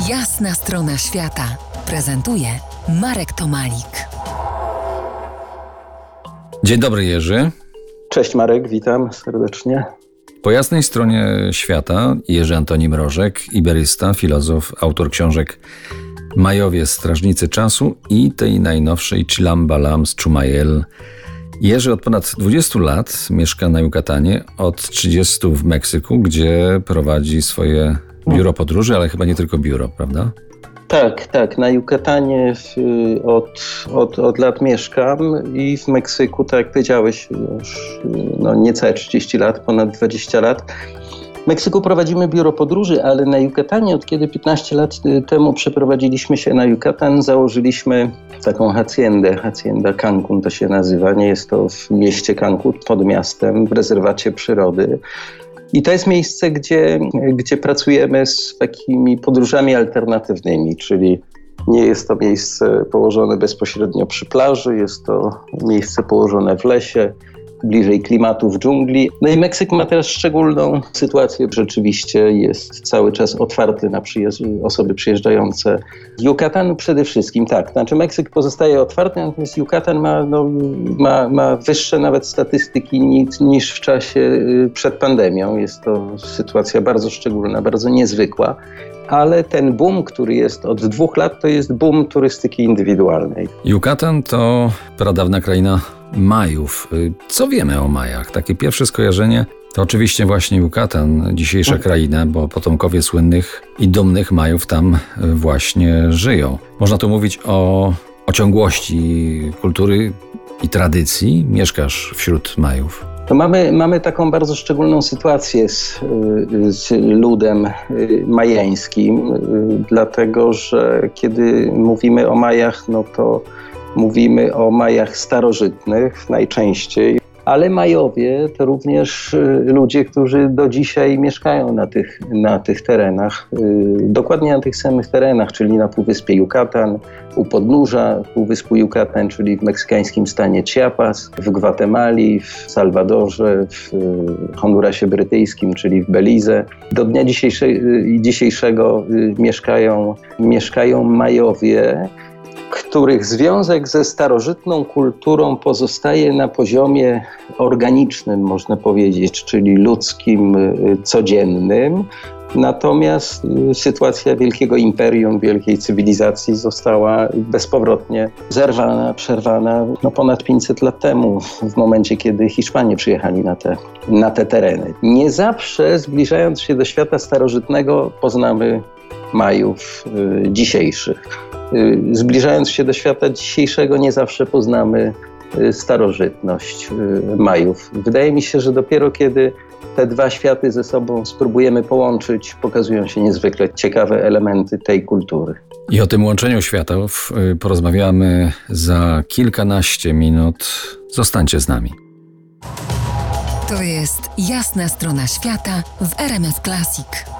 Jasna strona świata prezentuje Marek Tomalik. Dzień dobry, Jerzy. Cześć Marek, witam serdecznie. Po jasnej stronie świata Jerzy Antoni Mrożek, iberysta, filozof, autor książek Majowie, Strażnicy Czasu i tej najnowszej Chilam Balam z Chumayel. Jerzy od ponad 20 lat mieszka na Jukatanie, od 30 w Meksyku, gdzie prowadzi swoje biuro podróży, ale chyba nie tylko biuro, prawda? Tak, na Jukatanie od lat mieszkam i w Meksyku, tak jak powiedziałeś, już niecałe 30 lat, ponad 20 lat. W Meksyku prowadzimy biuro podróży, ale na Jukatanie od kiedy 15 lat temu przeprowadziliśmy się na Jukatan, założyliśmy taką hacienda Cancún to się nazywa. Nie jest to w mieście Cancún, pod miastem, w rezerwacie przyrody. I to jest miejsce, gdzie pracujemy z takimi podróżami alternatywnymi, czyli nie jest to miejsce położone bezpośrednio przy plaży, jest to miejsce położone w lesie, bliżej klimatu w dżungli. No i Meksyk ma teraz szczególną sytuację. Rzeczywiście jest cały czas otwarty na osoby przyjeżdżające. Jukatan przede wszystkim, tak. Znaczy Meksyk pozostaje otwarty, natomiast Jukatan ma wyższe nawet statystyki niż w czasie przed pandemią. Jest to sytuacja bardzo szczególna, bardzo niezwykła. Ale ten boom, który jest od 2 lat, to jest boom turystyki indywidualnej. Jukatan to pradawna kraina Majów. Co wiemy o Majach? Takie pierwsze skojarzenie to oczywiście właśnie Jukatan, dzisiejsza kraina, bo potomkowie słynnych i dumnych Majów tam właśnie żyją. Można tu mówić o ciągłości kultury i tradycji. Mieszkasz wśród Majów. To mamy taką bardzo szczególną sytuację z ludem majańskim, dlatego że kiedy mówimy o Majach, to mówimy o Majach starożytnych najczęściej, ale Majowie to również ludzie, którzy do dzisiaj mieszkają na tych terenach, dokładnie na tych samych terenach, czyli na półwyspie Jukatan, u podnóża półwyspu Jukatan, czyli w meksykańskim stanie Chiapas, w Gwatemali, w Salwadorze, w Hondurasie brytyjskim, czyli w Belize. Do dnia dzisiejszego mieszkają Majowie, których związek ze starożytną kulturą pozostaje na poziomie organicznym, można powiedzieć, czyli ludzkim, codziennym. Natomiast sytuacja wielkiego imperium, wielkiej cywilizacji została bezpowrotnie przerwana ponad 500 lat temu, w momencie, kiedy Hiszpanie przyjechali na te tereny. Nie zawsze, zbliżając się do świata starożytnego, poznamy Majów dzisiejszych. Zbliżając się do świata dzisiejszego, nie zawsze poznamy starożytność Majów. Wydaje mi się, że dopiero kiedy te dwa światy ze sobą spróbujemy połączyć, pokazują się niezwykle ciekawe elementy tej kultury. I o tym łączeniu światów porozmawiamy za kilkanaście minut. Zostańcie z nami. To jest Jasna strona świata w RMF Classic.